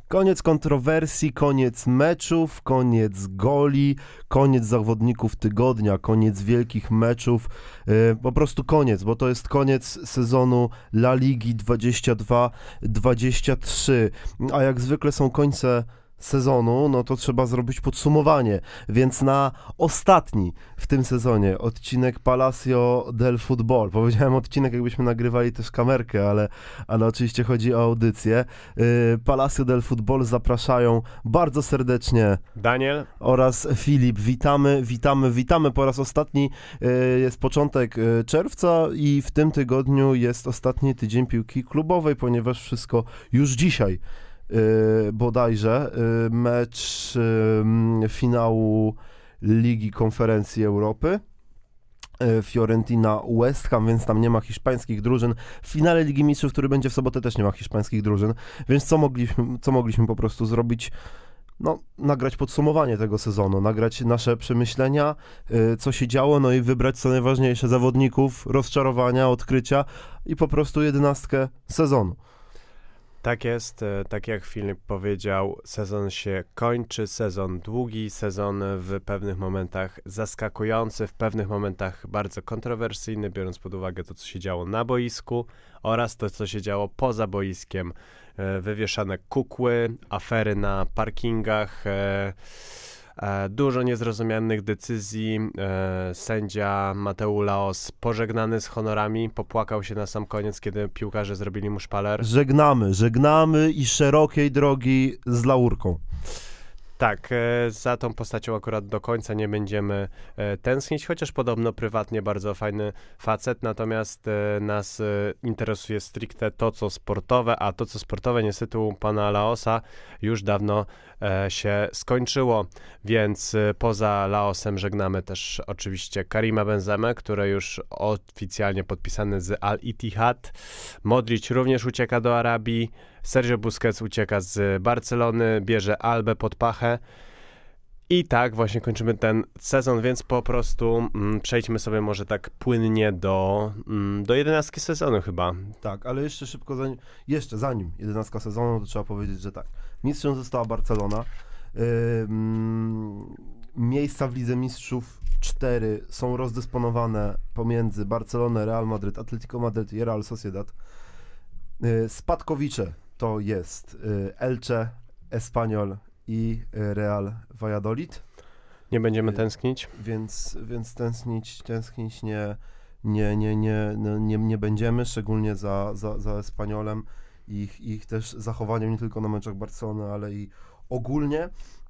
Koniec kontrowersji, koniec meczów, koniec goli, koniec zawodników tygodnia, koniec wielkich meczów, po prostu koniec, bo to jest koniec sezonu La Ligi 22-23, a jak zwykle są końce sezonu, no to trzeba zrobić podsumowanie, więc na ostatni w tym sezonie odcinek Palacio del Futbol, powiedziałem odcinek, jakbyśmy nagrywali też kamerkę, ale oczywiście chodzi o audycję. Palacio del Futbol zapraszają bardzo serdecznie Daniel oraz Filip. Witamy po raz ostatni. Jest początek czerwca i w tym tygodniu jest ostatni tydzień piłki klubowej, ponieważ wszystko już dzisiaj bodajże mecz finału Ligi Konferencji Europy, Fiorentina West Ham, więc tam nie ma hiszpańskich drużyn. W finale Ligi Mistrzów, który będzie w sobotę, też nie ma hiszpańskich drużyn, więc co mogliśmy po prostu zrobić? No, nagrać podsumowanie tego sezonu, nagrać nasze przemyślenia, co się działo, no i wybrać co najważniejsze zawodników, rozczarowania, odkrycia i po prostu 11 sezonu. Tak jest, tak jak Filip powiedział, sezon się kończy, sezon długi, sezon w pewnych momentach zaskakujący, w pewnych momentach bardzo kontrowersyjny, biorąc pod uwagę to, co się działo na boisku oraz to, co się działo poza boiskiem. Wywieszane kukły, afery na parkingach, dużo niezrozumianych decyzji. Sędzia Mateu Laos pożegnany z honorami, popłakał się na sam koniec, kiedy piłkarze zrobili mu szpaler. Żegnamy i szerokiej drogi z laurką. Tak, za tą postacią akurat do końca nie będziemy tęsknić, chociaż podobno prywatnie bardzo fajny facet, natomiast nas interesuje stricte to, co sportowe, a to, co sportowe niestety u pana Laosa już dawno się skończyło, więc poza Laosem żegnamy też oczywiście Karima Benzemę, który już oficjalnie podpisany z Al-Ittihad. Modric również ucieka do Arabii, Sergio Busquets ucieka z Barcelony, bierze Albę pod pachę. I tak właśnie kończymy ten sezon, więc po prostu przejdźmy sobie może tak płynnie do 11 sezonu chyba. Tak, ale jeszcze szybko, zanim 11 sezonu, to trzeba powiedzieć, że tak. Mistrzem została Barcelona. Miejsca w Lidze Mistrzów 4 są rozdysponowane pomiędzy Barcelonę, Real Madryt, Atletico Madryt i Real Sociedad. Spadkowicze to jest Elche, Espanyol i Real Valladolid. Nie będziemy tęsknić. Więc tęsknić nie będziemy, szczególnie za Espanyolem i ich też zachowaniem nie tylko na meczach Barcelony, ale i ogólnie.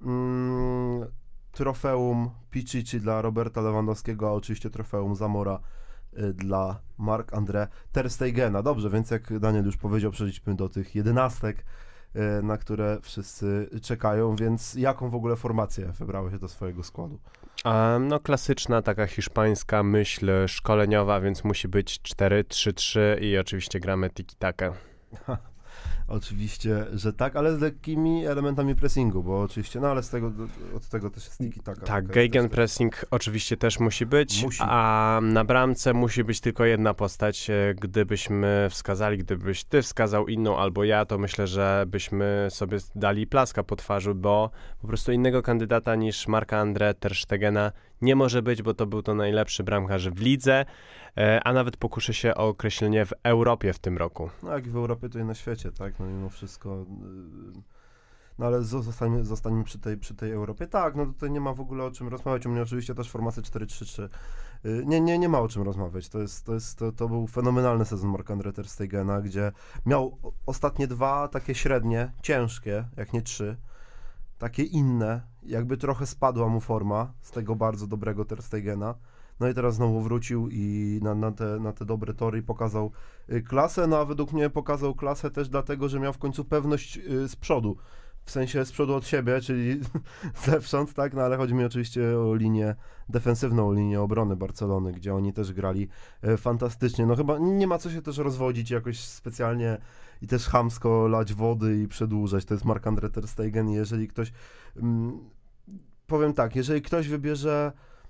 Trofeum Pichichi dla Roberta Lewandowskiego, a oczywiście trofeum Zamora dla Marc-André ter Stegena. Dobrze, więc jak Daniel już powiedział, przejdźmy do tych 11, na które wszyscy czekają, więc jaką w ogóle formację wybrałeś do swojego składu? No klasyczna taka hiszpańska myśl szkoleniowa, więc musi być 4-3-3 i oczywiście gramy tiki-takę. Oczywiście, że tak, ale z lekkimi elementami pressingu, bo oczywiście, no ale od tego też jest tiki-taka. Tak, gegenpressing oczywiście też musi być, a na bramce musi być tylko jedna postać. Gdybyś ty wskazał inną albo ja, to myślę, że byśmy sobie dali plaska po twarzy, bo po prostu innego kandydata niż Marca-André ter Stegena nie może być, bo to był to najlepszy bramkarz w lidze, a nawet pokuszę się o określenie w Europie w tym roku. No jak w Europie, to i na świecie, tak, no mimo wszystko. No ale zostańmy przy tej Europie. Tak, no tutaj nie ma w ogóle o czym rozmawiać. U mnie oczywiście też formacja 4-3-3. Nie ma o czym rozmawiać. To był fenomenalny sezon Marc-André ter Stegena, gdzie miał ostatnie 2 takie średnie, ciężkie, jak nie 3, takie inne, jakby trochę spadła mu forma z tego bardzo dobrego ter Stegena. No i teraz znowu wrócił i na te dobre tory pokazał klasę, no a według mnie pokazał klasę też dlatego, że miał w końcu pewność z przodu. W sensie z przodu od siebie, czyli zewsząd, tak? No ale chodzi mi oczywiście o linię defensywną, o linię obrony Barcelony, gdzie oni też grali fantastycznie. No chyba nie ma co się też rozwodzić jakoś specjalnie i też chamsko lać wody i przedłużać. To jest Marc-André ter Stegen i jeżeli ktoś, powiem tak, jeżeli ktoś wybierze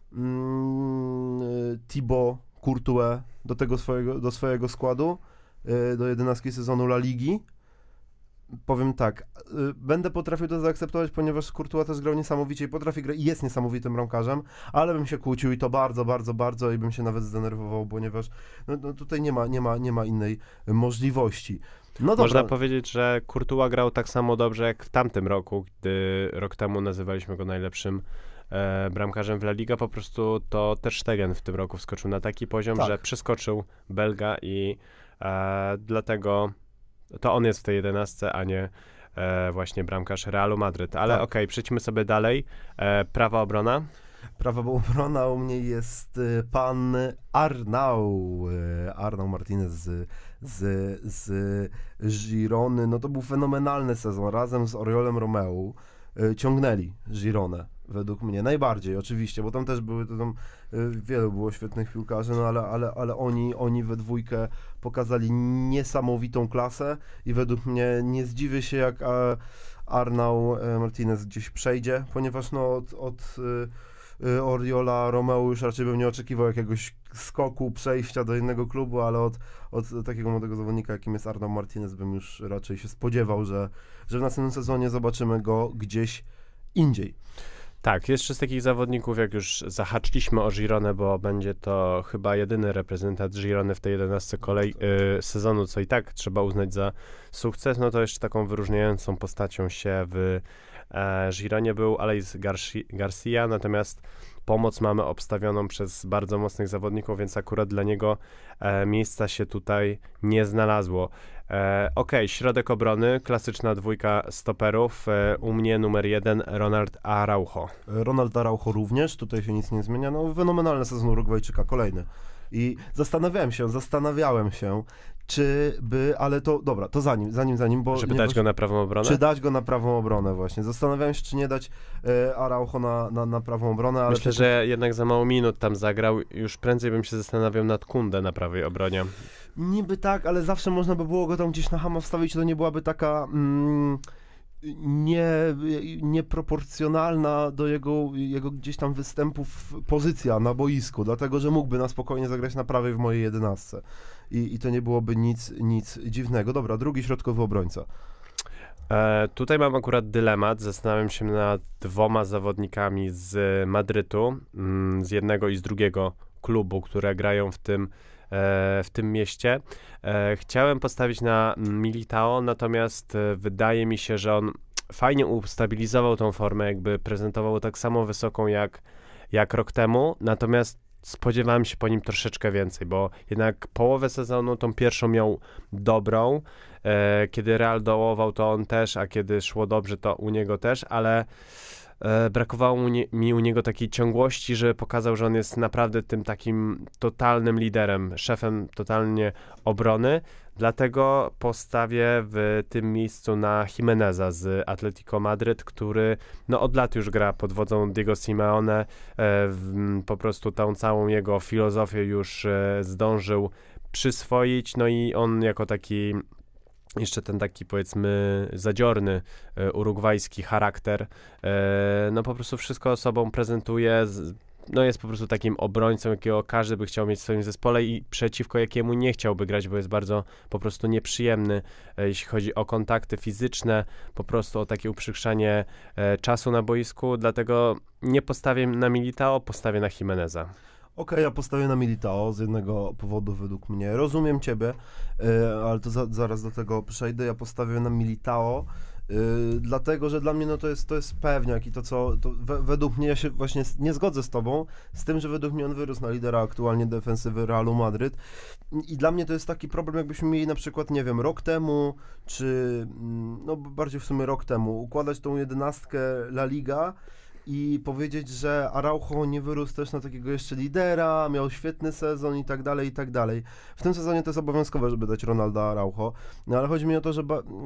Thibaut Courtois do swojego składu, do 11 sezonu La Ligi, powiem tak, będę potrafił to zaakceptować, ponieważ Courtois też grał niesamowicie i potrafi grać i jest niesamowitym bramkarzem, ale bym się kłócił i to bardzo, bardzo, bardzo i bym się nawet zdenerwował, ponieważ no tutaj nie ma innej możliwości. No dobra. Można powiedzieć, że Courtois grał tak samo dobrze jak w tamtym roku, gdy rok temu nazywaliśmy go najlepszym bramkarzem w La Liga. Po prostu to Ter Stegen w tym roku wskoczył na taki poziom, Tak. że przeskoczył Belga i dlatego to on jest w tej 11, a nie właśnie bramkarz Realu Madryt. Ale Tak. okej, przejdźmy sobie dalej. Prawa obrona. Prawa obrona u mnie jest pan Arnau Martinez z Girony. No to był fenomenalny sezon. Razem z Oriolem Romeu ciągnęli Gironę, według mnie. Najbardziej oczywiście, bo tam też wielu było świetnych piłkarzy, no ale oni we dwójkę pokazali niesamowitą klasę i według mnie nie zdziwię się, jak Arnau Martinez gdzieś przejdzie, ponieważ no od Oriola Romeu już raczej bym nie oczekiwał jakiegoś skoku, przejścia do innego klubu, ale od takiego młodego zawodnika, jakim jest Arnau Martinez, bym już raczej się spodziewał, że w następnym sezonie zobaczymy go gdzieś indziej. Tak, jeszcze z takich zawodników, jak już zahaczyliśmy o Gironę, bo będzie to chyba jedyny reprezentant Girony w tej 11 sezonu, co i tak trzeba uznać za sukces, no to jeszcze taką wyróżniającą postacią się w Gironie był Alex Garcia, natomiast pomoc mamy obstawioną przez bardzo mocnych zawodników, więc akurat dla niego miejsca się tutaj nie znalazło. Środek obrony, klasyczna dwójka stoperów. U mnie numer 1 Ronald Araujo. Ronald Araujo również, tutaj się nic nie zmienia. No, fenomenalny sezon Urugwajczyka, kolejny. I zastanawiałem się, czy by, ale to, dobra, to zanim, bo... Żeby dać go na prawą obronę? Czy dać go na prawą obronę właśnie. Zastanawiałem się, czy nie dać Araujo na prawą obronę, ale... Myślę, że jednak za mało minut tam zagrał. Już prędzej bym się zastanawiał nad Kunde na prawej obronie. Niby tak, ale zawsze można by było go tam gdzieś na Hama wstawić, to nie byłaby taka... nieproporcjonalna do jego gdzieś tam występów pozycja na boisku, dlatego że mógłby na spokojnie zagrać na prawej w mojej 11 i to nie byłoby nic dziwnego. Dobra, drugi środkowy obrońca. Tutaj mam akurat dylemat, zastanawiam się nad dwoma zawodnikami z Madrytu, z jednego i z drugiego klubu, które grają w tym mieście. Chciałem postawić na Militao, natomiast wydaje mi się, że on fajnie ustabilizował tą formę, jakby prezentował tak samo wysoką jak rok temu, natomiast spodziewałem się po nim troszeczkę więcej, bo jednak połowę sezonu tą pierwszą miał dobrą, kiedy Real dołował, to on też, a kiedy szło dobrze, to u niego też, ale brakowało mi u niego takiej ciągłości, że pokazał, że on jest naprawdę tym takim totalnym liderem, szefem totalnie obrony. Dlatego postawię w tym miejscu na Jimeneza z Atletico Madryt, który no od lat już gra pod wodzą Diego Simeone. Po prostu tą całą jego filozofię już zdążył przyswoić. No i on jako taki jeszcze ten taki, powiedzmy, zadziorny urugwajski charakter, no po prostu wszystko sobą prezentuje, no jest po prostu takim obrońcą, jakiego każdy by chciał mieć w swoim zespole i przeciwko jakiemu nie chciałby grać, bo jest bardzo po prostu nieprzyjemny, jeśli chodzi o kontakty fizyczne, po prostu o takie uprzykrzanie czasu na boisku, dlatego nie postawię na Militao, postawię na Jimeneza. Okej, ja postawię na Militao z jednego powodu według mnie. Rozumiem ciebie, ale to zaraz do tego przejdę. Ja postawię na Militao, dlatego, że dla mnie no to jest pewniak i według mnie, ja się właśnie nie zgodzę z tobą, z tym, że według mnie on wyrósł na lidera aktualnie defensywy Realu Madryt i dla mnie to jest taki problem, jakbyśmy mieli na przykład, nie wiem, rok temu, czy no bardziej w sumie rok temu, układać tą 11 La Liga i powiedzieć, że Araujo nie wyrósł też na takiego jeszcze lidera, miał świetny sezon i tak dalej, i tak dalej. W tym sezonie to jest obowiązkowe, żeby dać Ronalda Araujo, no ale chodzi mi o to, że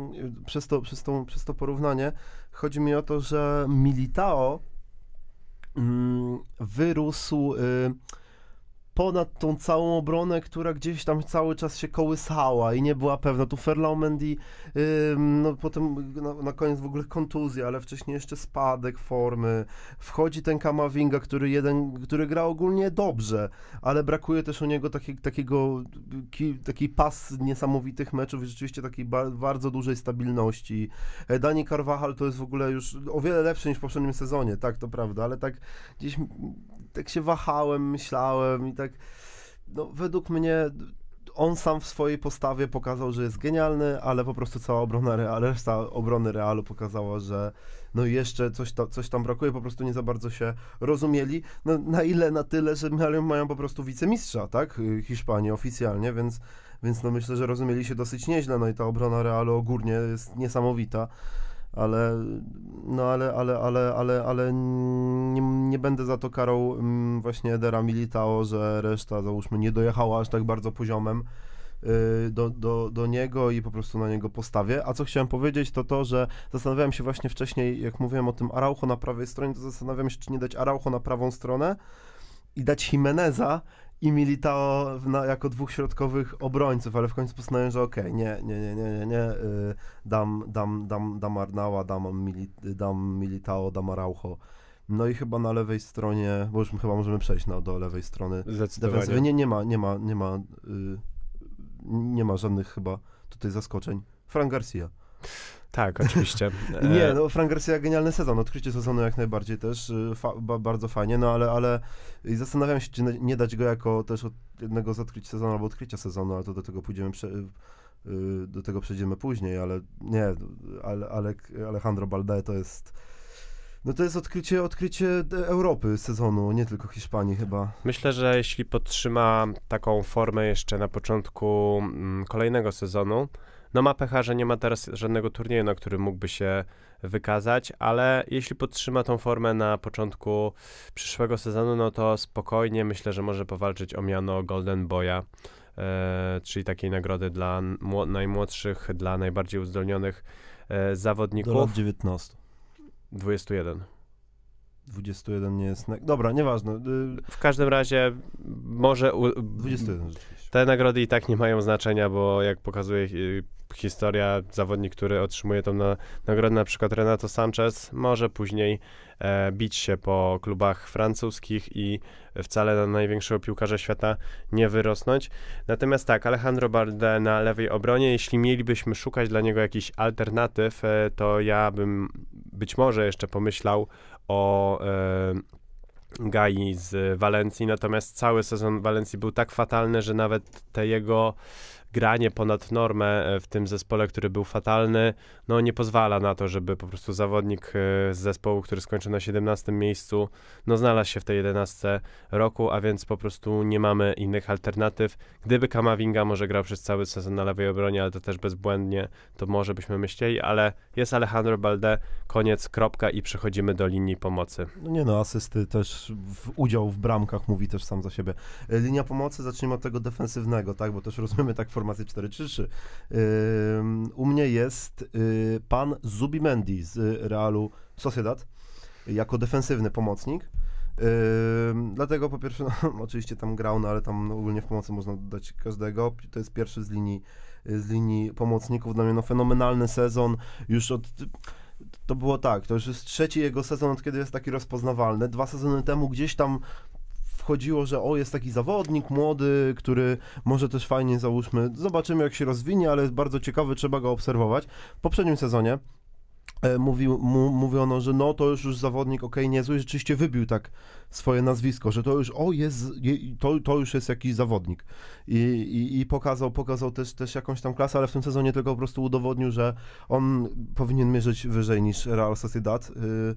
przez to porównanie, chodzi mi o to, że Militao wyrósł ponad tą całą obronę, która gdzieś tam cały czas się kołysała i nie była pewna. Tu Ferland Mendy, no potem na koniec w ogóle kontuzja, ale wcześniej jeszcze spadek formy. Wchodzi ten Kamavinga, który gra ogólnie dobrze, ale brakuje też u niego takiej pas niesamowitych meczów i rzeczywiście takiej bardzo dużej stabilności. Dani Carvajal to jest w ogóle już o wiele lepszy niż w poprzednim sezonie, tak, to prawda, ale tak gdzieś tak się wahałem, myślałem i tak, no według mnie on sam w swojej postawie pokazał, że jest genialny, ale po prostu cała reszta obrony Realu pokazała, że no jeszcze coś tam brakuje, po prostu nie za bardzo się rozumieli. No, na tyle, że mają po prostu wicemistrza, tak, Hiszpanii oficjalnie, więc no myślę, że rozumieli się dosyć nieźle, no i ta obrona Realu ogólnie jest niesamowita. Ale nie będę za to karał właśnie Edera Militao, że reszta, załóżmy, nie dojechała aż tak bardzo poziomem do niego i po prostu na niego postawię. A co chciałem powiedzieć, to, że zastanawiałem się właśnie wcześniej, jak mówiłem o tym Araujo na prawej stronie, to zastanawiam się, czy nie dać Araujo na prawą stronę i dać Jimeneza i Militao jako dwóch środkowych obrońców, ale w końcu postanowiłem, że okej, nie, dam Arnała, dam Militao, dam Araujo. No i chyba na lewej stronie, bo już chyba możemy przejść do lewej strony defensywy. Nie ma żadnych chyba tutaj zaskoczeń. Fran Garcia. Tak, oczywiście. Nie, no Fran Garcia genialny sezon, odkrycie sezonu jak najbardziej też, bardzo fajnie, no ale i zastanawiam się, czy nie dać go jako też od jednego z odkryć sezonu albo odkrycia sezonu, ale to do tego do tego przejdziemy później, ale nie, ale Alejandro Balde to jest... No to jest odkrycie Europy sezonu, nie tylko Hiszpanii chyba. Myślę, że jeśli podtrzyma taką formę jeszcze na początku kolejnego sezonu, no ma pecha, że nie ma teraz żadnego turnieju, na którym mógłby się wykazać, ale jeśli podtrzyma tą formę na początku przyszłego sezonu, no to spokojnie myślę, że może powalczyć o miano Golden Boya, czyli takiej nagrody dla najmłodszych, dla najbardziej uzdolnionych zawodników. Do lat 19. 21. 21 nie jest... Dobra, nieważne. W każdym razie może... 21 rzeczywiście. Te nagrody i tak nie mają znaczenia, bo jak pokazuje historia, zawodnik, który otrzymuje tą nagrodę, na przykład Renato Sanchez, może później bić się po klubach francuskich i wcale na największego piłkarza świata nie wyrosnąć. Natomiast tak, Alejandro Balde na lewej obronie, jeśli mielibyśmy szukać dla niego jakichś alternatyw, to ja bym być może jeszcze pomyślał o Gai z Walencji, natomiast cały sezon Walencji był tak fatalny, że nawet te jego granie ponad normę w tym zespole, który był fatalny, no nie pozwala na to, żeby po prostu zawodnik z zespołu, który skończył na 17 miejscu, no znalazł się w tej 11 roku, a więc po prostu nie mamy innych alternatyw. Gdyby Kamavinga może grał przez cały sezon na lewej obronie, ale to też bezbłędnie, to może byśmy myśleli, ale jest Alejandro Balde, koniec, kropka i przechodzimy do linii pomocy. No nie no, asysty też, udział w bramkach mówi też sam za siebie. Linia pomocy, zacznijmy od tego defensywnego, tak, bo też rozumiemy tak formację 4-3-3. U mnie jest pan Zubimendi z Realu Sociedad jako defensywny pomocnik. Dlatego po pierwsze, no, oczywiście tam grał, no, ale tam ogólnie w pomocy można dodać każdego. To jest pierwszy z linii pomocników. Dla mnie no, fenomenalny sezon. To było tak, to już jest trzeci jego sezon, od kiedy jest taki rozpoznawalny. 2 sezony temu gdzieś tam wchodziło, że jest taki zawodnik młody, który może też fajnie, załóżmy, zobaczymy jak się rozwinie, ale jest bardzo ciekawy, trzeba go obserwować. W poprzednim sezonie mówiono, że no to już zawodnik niezły, i rzeczywiście wybił tak swoje nazwisko, że to już to już jest jakiś zawodnik i pokazał też jakąś tam klasę, ale w tym sezonie tylko po prostu udowodnił, że on powinien mierzyć wyżej niż Real Sociedad.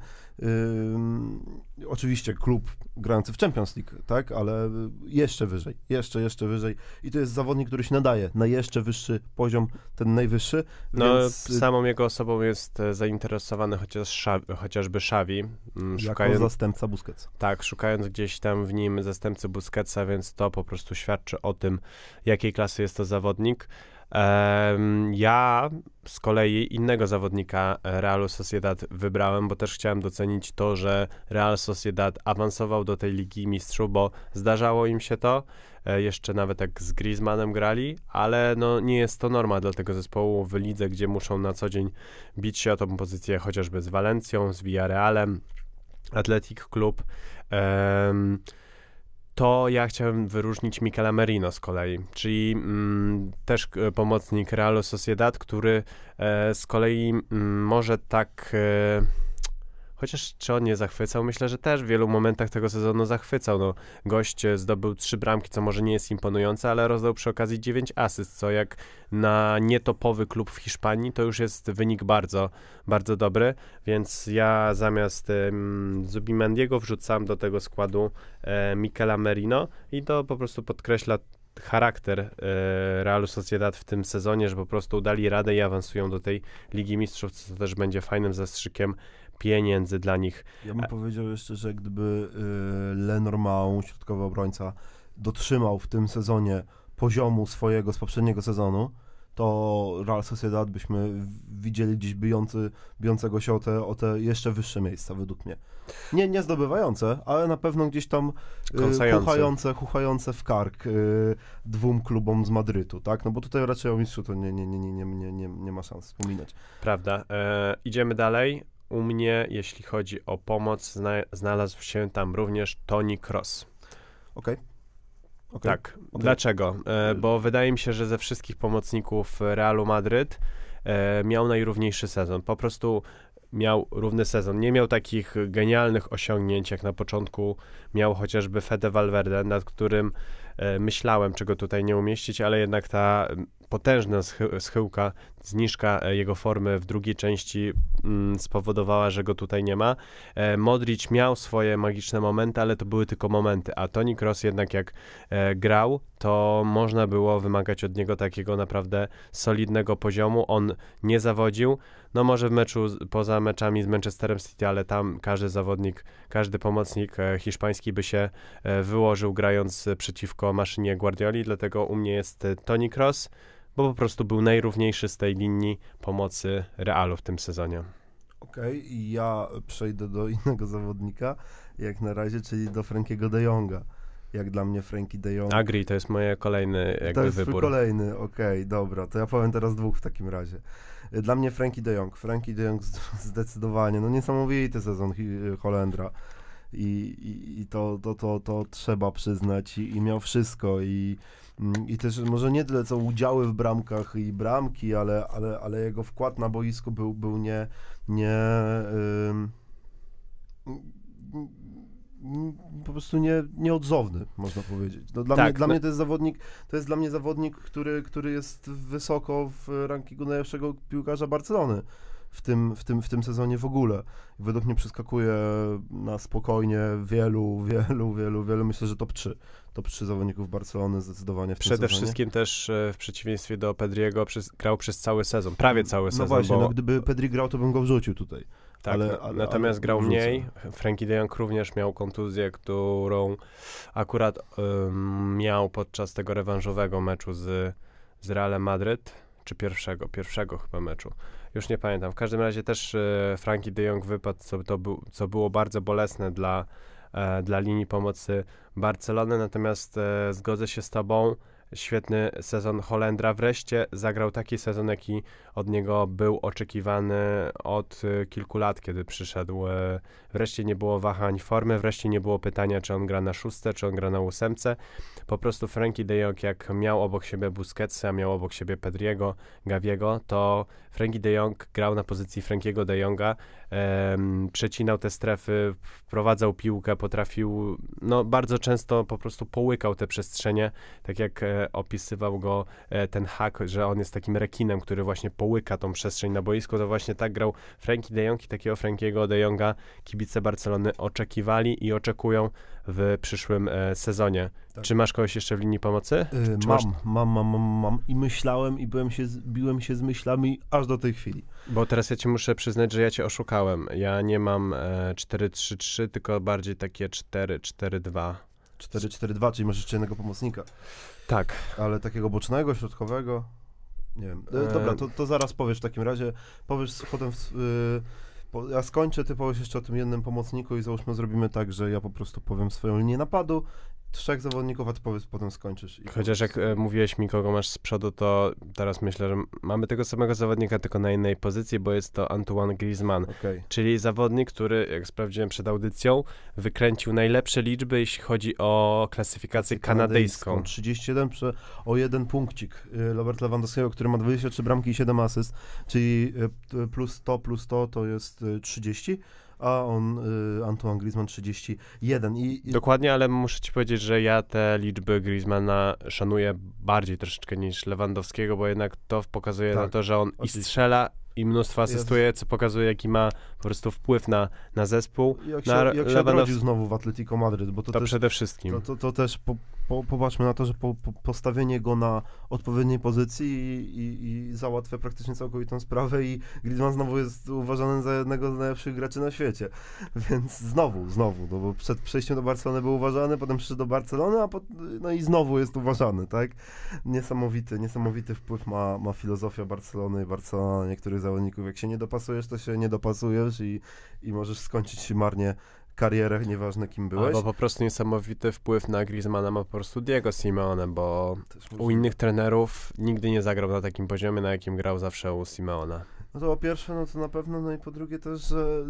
Oczywiście klub grający w Champions League, tak, ale jeszcze wyżej, jeszcze wyżej i to jest zawodnik, który się nadaje na jeszcze wyższy poziom, ten najwyższy. No więc... samą jego osobą jest zainteresowany chociażby Xavi. Jako zastępca Busquetsa. Tak, szukając gdzieś tam w nim zastępcy Busquetsa, więc to po prostu świadczy o tym, jakiej klasy jest to zawodnik. Ja z kolei innego zawodnika Realu Sociedad wybrałem, bo też chciałem docenić to, że Real Sociedad awansował do tej Ligi Mistrzów, bo zdarzało im się to, jeszcze nawet jak z Griezmannem grali, ale no nie jest to norma dla tego zespołu w lidze, gdzie muszą na co dzień bić się o tą pozycję chociażby z Walencją, z Villarrealem, Athletic Club. To ja chciałem wyróżnić Michela Merino z kolei, czyli też pomocnik Realu Sociedad, który z kolei może tak, chociaż czy on nie zachwycał? Myślę, że też w wielu momentach tego sezonu zachwycał. No, gość zdobył 3 bramki, co może nie jest imponujące, ale rozdał przy okazji 9 asyst, co jak na nietopowy klub w Hiszpanii, to już jest wynik bardzo, bardzo dobry, więc ja zamiast Zubimendiego wrzucam do tego składu Michela Merino i to po prostu podkreśla charakter Realu Sociedad w tym sezonie, że po prostu dali radę i awansują do tej Ligi Mistrzów, co też będzie fajnym zastrzykiem pieniędzy dla nich. Ja bym powiedział jeszcze, że gdyby Lenormand, środkowy obrońca, dotrzymał w tym sezonie poziomu swojego z poprzedniego sezonu, to Real Sociedad byśmy widzieli gdzieś bijącego się o te jeszcze wyższe miejsca, według mnie. Nie zdobywające, ale na pewno gdzieś tam chuchające w kark dwóm klubom z Madrytu, tak? No bo tutaj raczej o mistrzu to nie ma szans wspominać. Prawda. Idziemy dalej. U mnie, jeśli chodzi o pomoc, znalazł się tam również Toni Kroos. Okej. Tak. Dlaczego? Bo wydaje mi się, że ze wszystkich pomocników Realu Madryt miał najrówniejszy sezon. Po prostu miał równy sezon. Nie miał takich genialnych osiągnięć, jak na początku miał chociażby Fede Valverde, nad którym myślałem, czego tutaj nie umieścić, ale jednak ta potężna schyłka, zniżka jego formy w drugiej części spowodowała, że go tutaj nie ma. Modric miał swoje magiczne momenty, ale to były tylko momenty, a Toni Kroos jednak jak grał, to można było wymagać od niego takiego naprawdę solidnego poziomu. On nie zawodził, no może w meczu, poza meczami z Manchesterem City, ale tam każdy zawodnik, każdy pomocnik hiszpański by się wyłożył grając przeciwko maszynie Guardioli, dlatego u mnie jest Toni Kroos, bo po prostu był najrówniejszy z tej linii pomocy Realu w tym sezonie. Okej, i ja przejdę do innego zawodnika, jak na razie, czyli do Frankiego de Jonga. Jak dla mnie Frenkie de Jong... Agri, to jest moje kolejny wybór. To jest twój kolejny, okej, dobra, to ja powiem teraz dwóch w takim razie. Dla mnie Frenkie de Jong. Frenkie de Jong zdecydowanie, no niesamowity sezon Holendra. I to trzeba przyznać i miał wszystko i też może nie tyle co udziały w bramkach i bramki, ale jego wkład na boisku był po prostu nieodzowny, można powiedzieć. No, dla mnie to jest zawodnik, który jest wysoko w rankingu najlepszego piłkarza Barcelony w tym sezonie w ogóle. Według mnie przeskakuje na spokojnie wielu, myślę, że top 3 zawodników Barcelony zdecydowanie w tym sezonie. Przede wszystkim też w przeciwieństwie do Pedriego grał przez cały sezon, prawie cały sezon. No właśnie, gdyby Pedri grał, to bym go wrzucił tutaj. Tak, natomiast grał mniej. Frenkie de Jong również miał kontuzję, którą akurat miał podczas tego rewanżowego meczu z Realem Madryt, czy pierwszego chyba meczu. Już nie pamiętam. W każdym razie też Frenkie de Jong wypadł, co było bardzo bolesne dla linii pomocy Barcelony, natomiast zgodzę się z tobą, świetny sezon Holendra. Wreszcie zagrał taki sezon, jaki od niego był oczekiwany od kilku lat, kiedy przyszedł. Wreszcie nie było wahań formy, wreszcie nie było pytania, czy on gra na 6, czy on gra na 8. Po prostu Frenkie de Jong, jak miał obok siebie Busquetsa, miał obok siebie Pedriego, Gaviego, to Frenkie de Jong grał na pozycji Frankiego de Jonga, przecinał te strefy, wprowadzał piłkę, potrafił, no bardzo często po prostu połykał te przestrzenie, tak jak opisywał go ten Hak, że on jest takim rekinem, który właśnie połyka tą przestrzeń na boisku, to właśnie tak grał Frenkie de Jong i takiego Frankiego de Jonga kibice Barcelony oczekiwali i oczekują w przyszłym sezonie. Tak. Czy masz kogoś jeszcze w linii pomocy? Mam i myślałem i biłem się z myślami aż do tej chwili. Bo teraz ja ci muszę przyznać, że ja cię oszukałem. Ja nie mam 4-3-3, tylko bardziej takie 4-4-2. 4-4-2, czyli masz jeszcze jednego pomocnika. Tak. Ale takiego bocznego, środkowego? Nie wiem. Dobra, to zaraz powiesz w takim razie. Powiesz potem, ja skończę, ty powiesz jeszcze o tym jednym pomocniku i załóżmy zrobimy tak, że ja po prostu powiem swoją linię napadu, 3 zawodników, a ty potem skończysz. Chociaż jak mówiłeś mi, kogo masz z przodu, to teraz myślę, że mamy tego samego zawodnika, tylko na innej pozycji, bo jest to Antoine Griezmann, Okay. czyli zawodnik, który, jak sprawdziłem przed audycją, wykręcił najlepsze liczby, jeśli chodzi o klasyfikację kanadyjską. 37 o 1 punkcik Robert Lewandowskiego, który ma 23 bramki i 7 asyst, czyli plus to jest 30, a Antoine Griezmann 31. Dokładnie, ale muszę ci powiedzieć, że ja te liczby Griezmana szanuję bardziej troszeczkę niż Lewandowskiego, bo jednak to pokazuje na to, że on i strzela, i mnóstwo asystuje, co pokazuje, jaki ma po prostu wpływ na zespół. Jak się odrodził znowu w Atletico Madryt, bo to też, przede wszystkim. To też popatrzmy na to, że postawienie go na odpowiedniej pozycji i załatwia praktycznie całkowitą sprawę i Griezmann znowu jest uważany za jednego z najlepszych graczy na świecie. Więc znowu, no bo przed przejściem do Barcelony był uważany, potem przyszedł do Barcelony, no i znowu jest uważany, tak? Niesamowity wpływ ma filozofia Barcelony i Barcelona na niektórych zawodników. Jak się nie dopasujesz, to się nie dopasujesz i możesz skończyć marnie karierę, nieważne kim byłeś. Albo po prostu niesamowity wpływ na Griezmana ma po prostu Diego Simeone, bo u innych trenerów nigdy nie zagrał na takim poziomie, na jakim grał zawsze u Simeona. No to po pierwsze, no to na pewno, no i po drugie też, że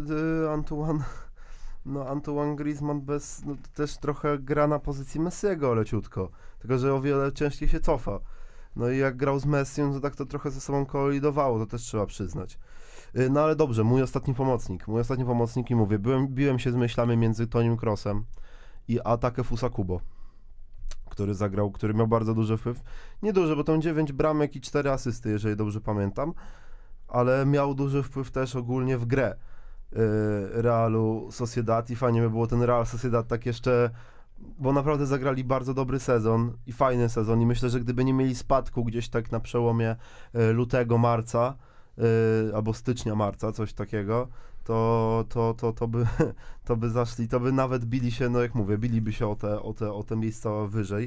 Antoine Griezmann też trochę gra na pozycji Messiego leciutko, tylko że o wiele ciężkiej się cofa. No i jak grał z Messim, to tak to trochę ze sobą kolidowało, to też trzeba przyznać. No ale dobrze, mój ostatni pomocnik i mówię, biłem się z myślami między Tonim Kroosem i Takefusa Kubo, który miał bardzo duży wpływ. Nie duży, bo to 9 bramek i 4 asysty, jeżeli dobrze pamiętam, ale miał duży wpływ też ogólnie w grę Realu Sociedad i fajnie by było ten Real Sociedad tak jeszcze, bo naprawdę zagrali bardzo dobry sezon i fajny sezon i myślę, że gdyby nie mieli spadku gdzieś tak na przełomie lutego, marca, albo stycznia, marca, coś takiego, to by zaszli, to by nawet bili się, no jak mówię, biliby się o te miejsca wyżej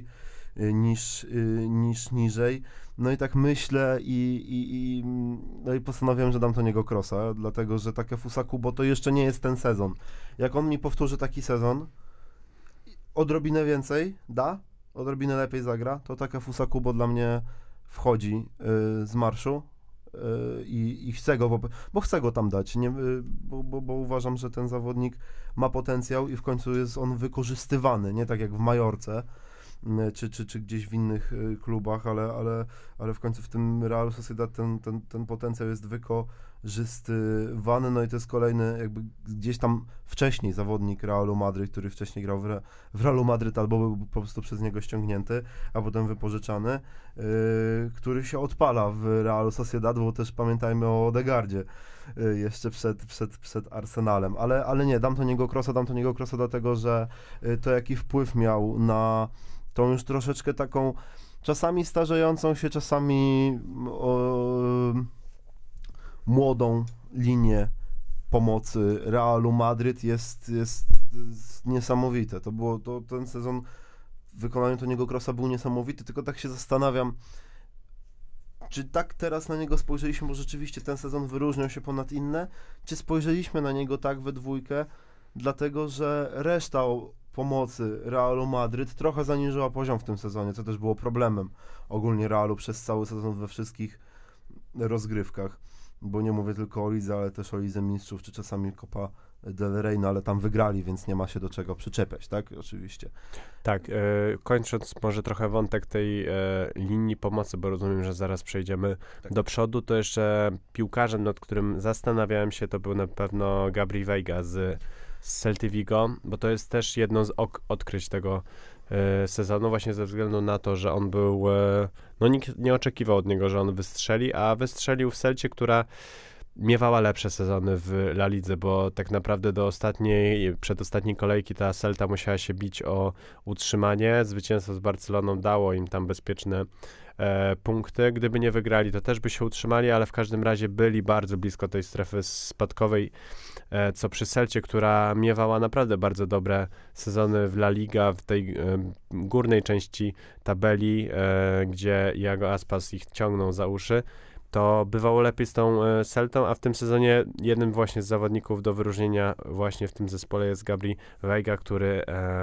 niż niżej. No i tak myślę no i postanowiłem, że dam to niego Krosa, dlatego, że Takefusa Kubo to jeszcze nie jest ten sezon. Jak on mi powtórzy taki sezon, odrobinę więcej odrobinę lepiej zagra, to Takefusa Kubo dla mnie wchodzi z marszu. I chcę go, bo chcę go tam dać, bo uważam, że ten zawodnik ma potencjał i w końcu jest on wykorzystywany, nie tak jak w Majorce czy gdzieś w innych klubach, ale w końcu w tym Real Sociedad ten potencjał jest wykorzystywany, no i to jest kolejny jakby gdzieś tam wcześniej zawodnik Realu Madryt, który wcześniej grał w Realu Madryt albo był po prostu przez niego ściągnięty, a potem wypożyczany, który się odpala w Realu Sociedad, bo też pamiętajmy o Odegaardzie jeszcze przed Arsenalem, ale nie, dam to niego Krosa dlatego, że to jaki wpływ miał na tą już troszeczkę taką czasami starzejącą się, czasami młodą linię pomocy Realu Madryt jest niesamowite. Ten sezon w wykonaniu Toniego Krosa był niesamowity, tylko tak się zastanawiam, czy tak teraz na niego spojrzeliśmy, bo rzeczywiście ten sezon wyróżniał się ponad inne, czy spojrzeliśmy na niego tak we dwójkę, dlatego że reszta pomocy Realu Madryt trochę zaniżyła poziom w tym sezonie, co też było problemem ogólnie Realu przez cały sezon we wszystkich rozgrywkach, bo nie mówię tylko o lidze, ale też o Lidze Mistrzów, czy czasami Copa del Rey, no ale tam wygrali, więc nie ma się do czego przyczepiać, tak? Oczywiście. Tak, kończąc może trochę wątek tej linii pomocy, bo rozumiem, że zaraz przejdziemy do przodu, to jeszcze piłkarzem, nad którym zastanawiałem się, to był na pewno Gabri Veiga z Celty Vigo, bo to jest też jedno z odkryć tego sezonu, właśnie ze względu na to, że on był, no nikt nie oczekiwał od niego, że on wystrzeli, a wystrzelił w Celcie, która miewała lepsze sezony w La Lidze, bo tak naprawdę przedostatniej kolejki ta Celta musiała się bić o utrzymanie. Zwycięstwo z Barceloną dało im tam bezpieczne punkty. Gdyby nie wygrali, to też by się utrzymali, ale w każdym razie byli bardzo blisko tej strefy spadkowej, co przy Celcie, która miewała naprawdę bardzo dobre sezony w La Liga, w tej górnej części tabeli, gdzie Iago Aspas ich ciągnął za uszy, to bywało lepiej z tą Celtą, a w tym sezonie jednym właśnie z zawodników do wyróżnienia właśnie w tym zespole jest Gabri Veiga, który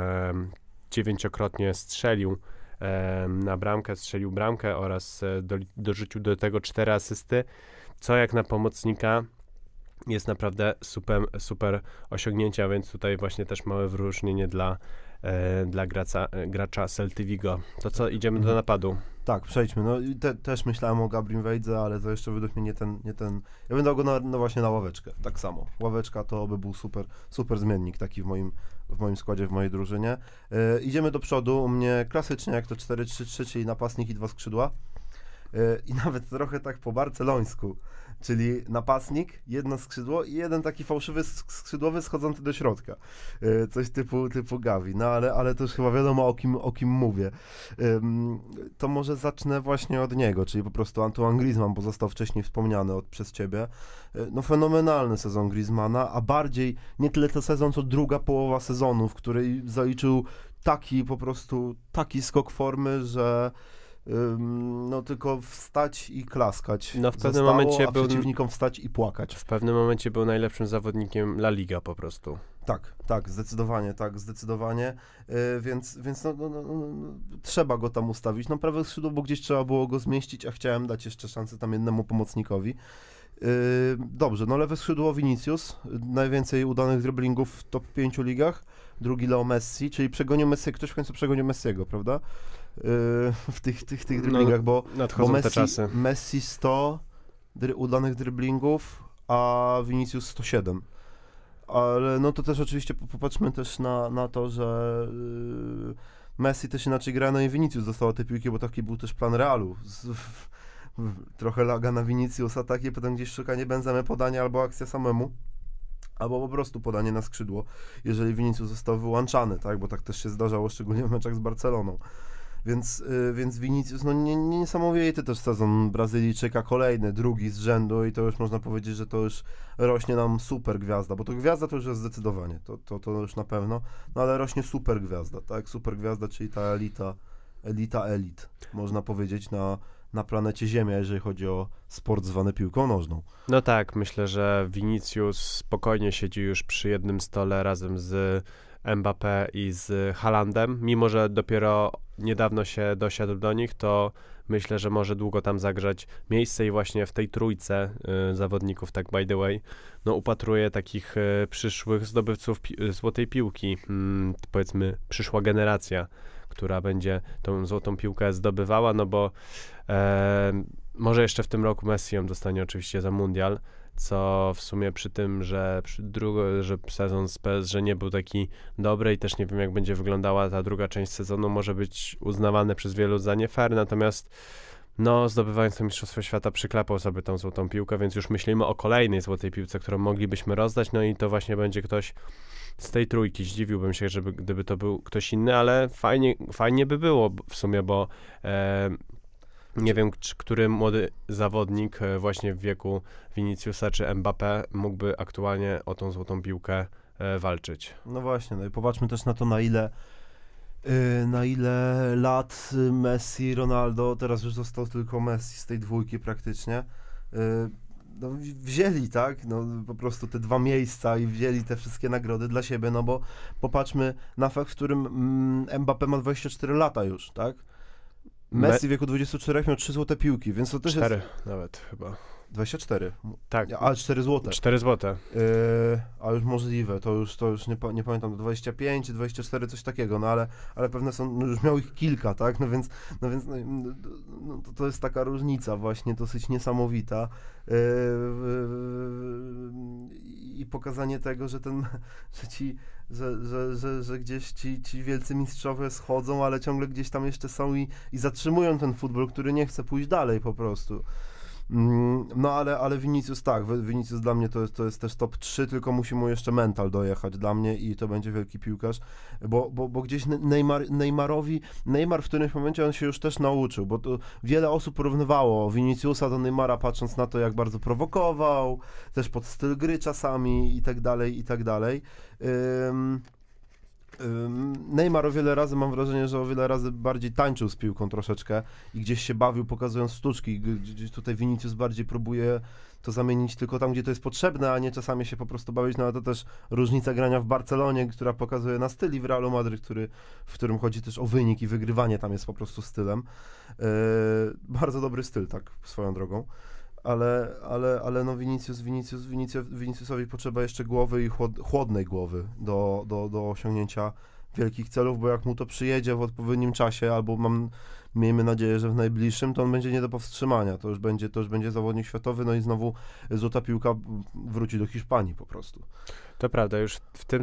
9-krotnie strzelił na bramkę, strzelił bramkę oraz dorzucił do tego 4 asysty, co jak na pomocnika jest naprawdę super osiągnięcia, więc tutaj właśnie też małe wyróżnienie dla gracza Celty Vigo. To co, idziemy do napadu? Tak, przejdźmy. No i też myślałem o Gabrim Vejdze, ale to jeszcze według mnie nie ten. Ja bym dał go właśnie na ławeczkę, tak samo. Ławeczka to by był super zmiennik taki w moim składzie, w mojej drużynie. Idziemy do przodu. U mnie klasycznie jak to 4-3-3, czyli napastnik i 2 skrzydła. I nawet trochę tak po barcelońsku, czyli napastnik, jedno skrzydło i jeden taki fałszywy skrzydłowy schodzący do środka. Coś typu Gavi, no ale to już chyba wiadomo o kim mówię. To może zacznę właśnie od niego, czyli po prostu Antoine Griezmann, bo został wcześniej wspomniany przez ciebie. No fenomenalny sezon Griezmana, a bardziej nie tyle to sezon, co druga połowa sezonu, w której zaliczył taki skok formy, że no tylko wstać i klaskać. No w pewnym momencie był przeciwnikom wstać i płakać. W pewnym momencie był najlepszym zawodnikiem La Liga po prostu. Tak, zdecydowanie. Więc trzeba go tam ustawić. No prawe skrzydło, bo gdzieś trzeba było go zmieścić, a chciałem dać jeszcze szansę tam jednemu pomocnikowi. Dobrze, no lewe skrzydło Vinicius, najwięcej udanych driblingów w top 5 ligach, drugi Leo Messi, czyli przegonił Messi, ktoś w końcu przegonił Messiego, prawda? W tych driblingach, bo Messi 100 udanych driblingów, a Vinicius 107. Ale no to też oczywiście popatrzmy też na to, że Messi też inaczej gra, no i Vinicius dostał te piłki, bo taki był też plan Realu. Trochę laga na Viniciusa, takie potem gdzieś szukanie Benzemy, podanie albo akcja samemu, albo po prostu podanie na skrzydło, jeżeli Vinicius został wyłączany, tak, bo tak też się zdarzało, szczególnie w meczach z Barceloną. Więc Vinicius, no niesamowity też sezon Brazylijczyka, kolejny, drugi z rzędu i to już można powiedzieć, że to już rośnie nam super gwiazda, bo to gwiazda to już jest zdecydowanie, to już na pewno, no ale rośnie super gwiazda, tak, super gwiazda, czyli ta elit, można powiedzieć, na planecie Ziemia, jeżeli chodzi o sport zwany piłką nożną. No tak, myślę, że Vinicius spokojnie siedzi już przy jednym stole razem z Mbappé i z Haalandem, mimo że dopiero niedawno się dosiadł do nich, to myślę, że może długo tam zagrzać miejsce i właśnie w tej trójce zawodników, tak by the way, no upatruję takich przyszłych zdobywców złotej piłki, powiedzmy przyszła generacja, która będzie tą złotą piłkę zdobywała, no bo może jeszcze w tym roku Messi ją dostanie oczywiście za mundial, co w sumie przy tym, że sezon z PSG nie był taki dobry i też nie wiem, jak będzie wyglądała ta druga część sezonu, może być uznawane przez wielu za nie fair, natomiast no, zdobywając to Mistrzostwo Świata przyklepał sobie tą złotą piłkę, więc już myślimy o kolejnej złotej piłce, którą moglibyśmy rozdać, no i to właśnie będzie ktoś z tej trójki. Zdziwiłbym się, gdyby to był ktoś inny, ale fajnie by było w sumie, bo nie wiem, który młody zawodnik właśnie w wieku Viniciusa czy Mbappé mógłby aktualnie o tą złotą piłkę walczyć. No właśnie, no i popatrzmy też na to, na ile lat Messi, Ronaldo, teraz już został tylko Messi z tej dwójki praktycznie, no wzięli, tak, no po prostu te 2 miejsca i wzięli te wszystkie nagrody dla siebie, no bo popatrzmy na fakt, w którym Mbappé ma 24 lata już, tak? Messi w wieku 24 miał 3 złote piłki, więc to też 4 jest... nawet chyba. 24? Tak. A, 4 złote. 4 złote. A już możliwe, to już nie pamiętam, 25 czy 24, coś takiego, no ale pewne są, no już miał ich kilka, tak, no więc to jest taka różnica właśnie dosyć niesamowita i pokazanie tego, że że gdzieś ci wielcy mistrzowie schodzą, ale ciągle gdzieś tam jeszcze są i zatrzymują ten futbol, który nie chce pójść dalej po prostu. No ale Vinicius tak, Vinicius dla mnie to jest też top 3, tylko musi mu jeszcze mental dojechać dla mnie i to będzie wielki piłkarz, bo gdzieś Neymar w którymś momencie on się już też nauczył, bo to wiele osób porównywało Viniciusa do Neymara, patrząc na to, jak bardzo prowokował, też pod styl gry czasami i tak dalej, i tak dalej. Neymar o wiele razy, mam wrażenie, że o wiele razy bardziej tańczył z piłką troszeczkę i gdzieś się bawił, pokazując sztuczki. Gdzieś tutaj Vinicius bardziej próbuje to zamienić tylko tam, gdzie to jest potrzebne, a nie czasami się po prostu bawić. No ale to też różnica grania w Barcelonie, która pokazuje na styl, i w Realu Madryt, w którym chodzi też o wynik i wygrywanie tam jest po prostu stylem. Bardzo dobry styl, tak swoją drogą. Ale no Viniciusowi potrzeba jeszcze głowy i chłodnej głowy do osiągnięcia wielkich celów, bo jak mu to przyjedzie w odpowiednim czasie, albo miejmy nadzieję, że w najbliższym, to on będzie nie do powstrzymania. To już będzie zawodnik światowy, no i znowu złota piłka wróci do Hiszpanii po prostu. To prawda, już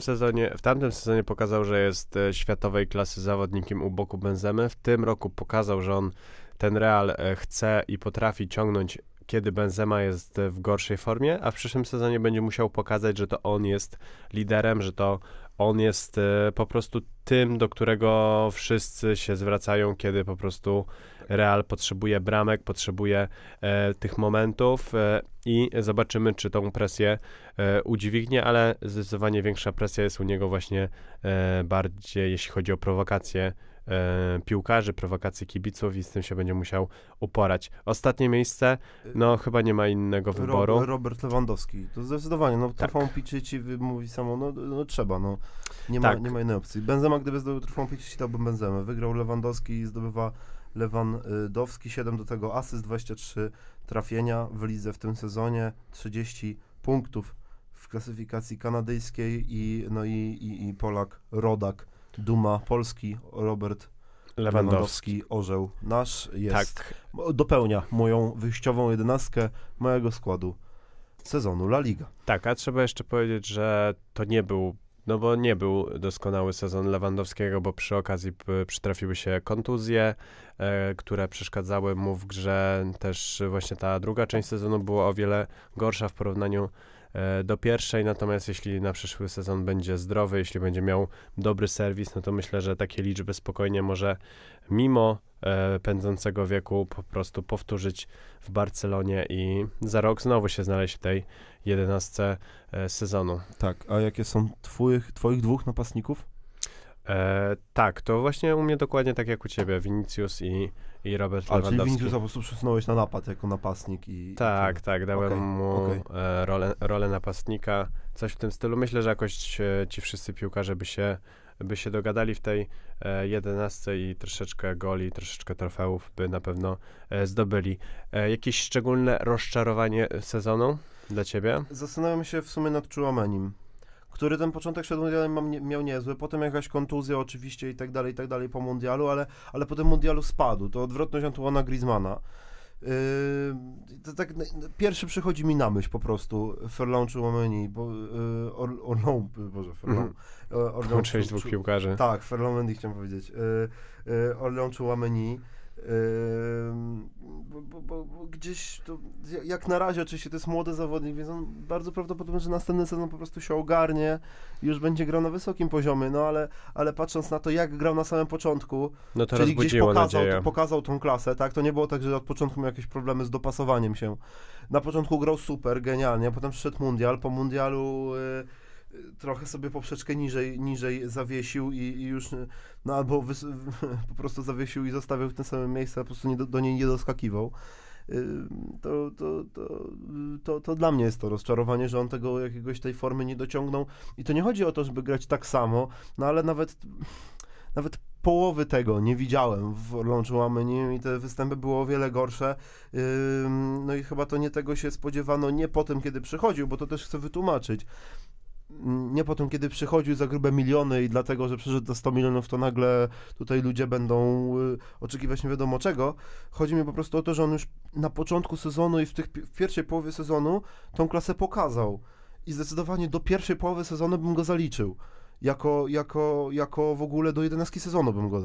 w tamtym sezonie pokazał, że jest światowej klasy zawodnikiem u boku Benzemy. W tym roku pokazał, że on ten Real chce i potrafi ciągnąć, kiedy Benzema jest w gorszej formie, a w przyszłym sezonie będzie musiał pokazać, że to on jest liderem, że to on jest po prostu tym, do którego wszyscy się zwracają, kiedy po prostu Real potrzebuje bramek, potrzebuje tych momentów i zobaczymy, czy tą presję udźwignie, ale zdecydowanie większa presja jest u niego właśnie bardziej, jeśli chodzi o prowokację piłkarzy, prowokacje kibiców i z tym się będzie musiał uporać. Ostatnie miejsce, no chyba nie ma innego wyboru. Robert Lewandowski, to zdecydowanie, no trofeum Pichichi mówi samo, no trzeba, no nie ma innej opcji. Benzema, gdyby zdobył trofeum Pichichi, dałbym Benzemę. Wygrał Lewandowski i zdobywa Lewandowski, 7 do tego asyst, 23 trafienia w lidze w tym sezonie, 30 punktów w klasyfikacji kanadyjskiej i Polak, rodak, duma Polski, Robert Lewandowski, orzeł nasz jest. Tak. Dopełnia moją wyjściową 11 mojego składu sezonu La Liga. Tak, a trzeba jeszcze powiedzieć, że to nie był doskonały sezon Lewandowskiego, bo przy okazji przytrafiły się kontuzje, które przeszkadzały mu w grze. Też właśnie ta druga część sezonu była o wiele gorsza w porównaniu do pierwszej, natomiast jeśli na przyszły sezon będzie zdrowy, jeśli będzie miał dobry serwis, no to myślę, że takie liczby spokojnie może mimo pędzącego wieku po prostu powtórzyć w Barcelonie i za rok znowu się znaleźć w tej 11 sezonu. Tak, a jakie są twoich dwóch napastników? Tak, to właśnie u mnie dokładnie tak jak u ciebie, Vinicius i Robert Lewandowski. Czyli Viniciusa po prostu przesunąłeś na napad jako napastnik Tak, dałem mu rolę napastnika, coś w tym stylu. Myślę, że jakoś ci wszyscy piłkarze by się dogadali w tej 11 i troszeczkę goli, troszeczkę trofeów by na pewno zdobyli. Jakieś szczególne rozczarowanie sezonu dla ciebie? Zastanawiam się w sumie nad Tchouaménim, który ten początek przed mundialem miał niezły, potem jakaś kontuzja oczywiście i tak dalej po mundialu, ale po tym mundialu spadł. To odwrotność Antoana Griezmana. To tak pierwszy przychodzi mi na myśl po prostu Ferland Tchouaméni, bo Ferland. Łączyłeś dwóch piłkarzy. Tak, Ferland Mendy chciałem powiedzieć. Orleans Tchouaméni. Bo gdzieś to, jak na razie oczywiście to jest młody zawodnik, więc on bardzo prawdopodobnie, że następny sezon po prostu się ogarnie i już będzie grał na wysokim poziomie, no ale patrząc na to, jak grał na samym początku, no to czyli gdzieś pokazał tą klasę, tak, to nie było tak, że od początku miał jakieś problemy z dopasowaniem się. Na początku grał super, genialnie, a potem przyszedł mundial, po mundialu trochę sobie poprzeczkę niżej zawiesił i już, no albo po prostu zawiesił i zostawił w tym samym miejscu, a po prostu do niej nie doskakiwał. To dla mnie jest to rozczarowanie, że on jakiegoś tej formy nie dociągnął i to nie chodzi o to, żeby grać tak samo, no ale nawet połowy tego nie widziałem w Orleans Tchouaméni i te występy były o wiele gorsze. No i chyba to nie tego się spodziewano, nie po tym, kiedy przychodził, bo to też chcę wytłumaczyć. Nie po tym, kiedy przychodził za grube miliony i dlatego, że przyszedł za 100 milionów, to nagle tutaj ludzie będą oczekiwać nie wiadomo czego. Chodzi mi po prostu o to, że on już na początku sezonu i w pierwszej połowie sezonu tą klasę pokazał. I zdecydowanie do pierwszej połowy sezonu bym go zaliczył. Jako w ogóle do 11 sezonu bym go dał.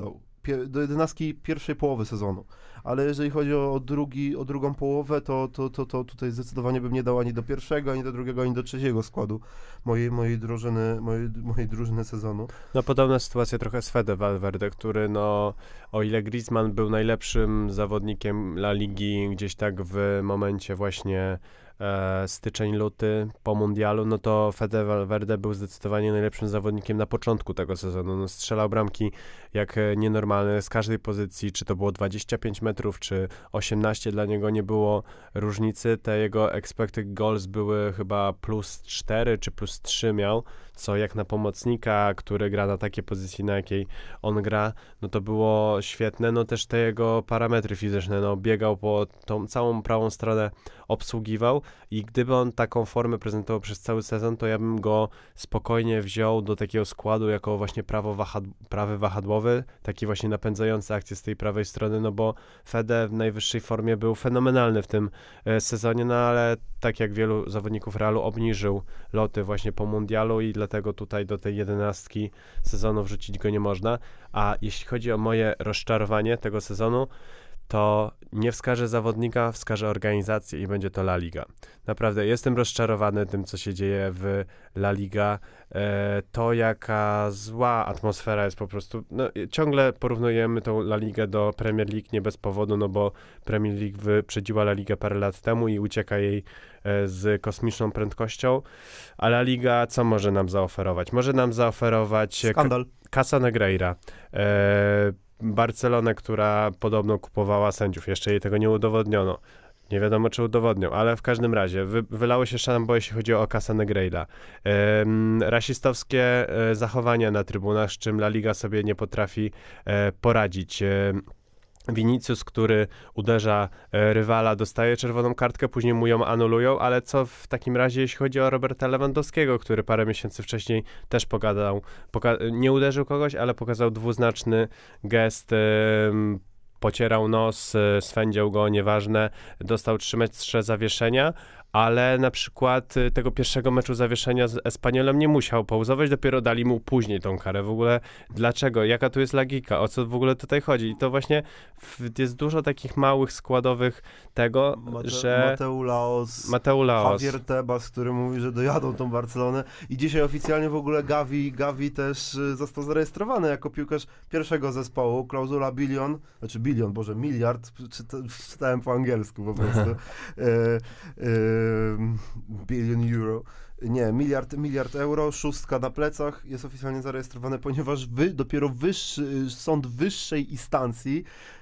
do 11 pierwszej połowy sezonu. Ale jeżeli chodzi o drugą połowę, to tutaj zdecydowanie bym nie dał ani do pierwszego, ani do drugiego, ani do trzeciego składu mojej drużyny sezonu. No podobna sytuacja trochę z Fede Valverde, który no o ile Griezmann był najlepszym zawodnikiem La Ligi gdzieś tak w momencie właśnie styczeń-luty po mundialu, no to Fede Valverde był zdecydowanie najlepszym zawodnikiem na początku tego sezonu. No, strzelał bramki jak nienormalne z każdej pozycji, czy to było 25 metrów, czy 18, dla niego nie było różnicy. Te jego expected goals były chyba +4 czy +3 miał, co jak na pomocnika, który gra na takiej pozycji, na jakiej on gra, no to było świetne. No też te jego parametry fizyczne, no biegał po tą całą prawą stronę, obsługiwał i gdyby on taką formę prezentował przez cały sezon, to ja bym go spokojnie wziął do takiego składu jako właśnie prawy wahadłowy, taki właśnie napędzający akcję z tej prawej strony, no bo Fede w najwyższej formie był fenomenalny w tym sezonie, no ale tak jak wielu zawodników Realu obniżył loty właśnie po mundialu i dlatego tutaj do tej 11 sezonu wrzucić go nie można. A jeśli chodzi o moje rozczarowanie tego sezonu, to nie wskażę zawodnika, wskażę organizację i będzie to La Liga. Naprawdę jestem rozczarowany tym, co się dzieje w La Liga. To jaka zła atmosfera jest po prostu, no, ciągle porównujemy tą La Ligę do Premier League nie bez powodu, no bo Premier League wyprzedziła La Ligę parę lat temu i ucieka jej z kosmiczną prędkością, a La Liga co może nam zaoferować? Może nam zaoferować Skandal. Casa Negreira, Barcelonę, która podobno kupowała sędziów. Jeszcze jej tego nie udowodniono. Nie wiadomo, czy udowodnią, ale w każdym razie wylało się szambo, jeśli chodzi o Casa Negreira. Rasistowskie zachowania na trybunach, z czym La Liga sobie nie potrafi poradzić. Vinicius, który uderza rywala, dostaje czerwoną kartkę, później mu ją anulują, ale co w takim razie, jeśli chodzi o Roberta Lewandowskiego, który parę miesięcy wcześniej też nie uderzył kogoś, ale pokazał dwuznaczny gest, pocierał nos, swędział go, nieważne, dostał 3 metrze zawieszenia, ale na przykład tego pierwszego meczu zawieszenia z Espaniolem nie musiał pauzować, dopiero dali mu później tą karę. W ogóle dlaczego? Jaka tu jest logika? O co w ogóle tutaj chodzi? I to właśnie jest dużo takich małych składowych tego, że... Mateu Laos, Javier Tebas, który mówi, że dojadą tą Barcelonę i dzisiaj oficjalnie w ogóle Gavi też został zarejestrowany jako piłkarz pierwszego zespołu. Klauzula miliard, czytałem po angielsku po prostu. Billion euro. Nie, miliard euro, 6 na plecach jest oficjalnie zarejestrowane, ponieważ dopiero sąd wyższej instancji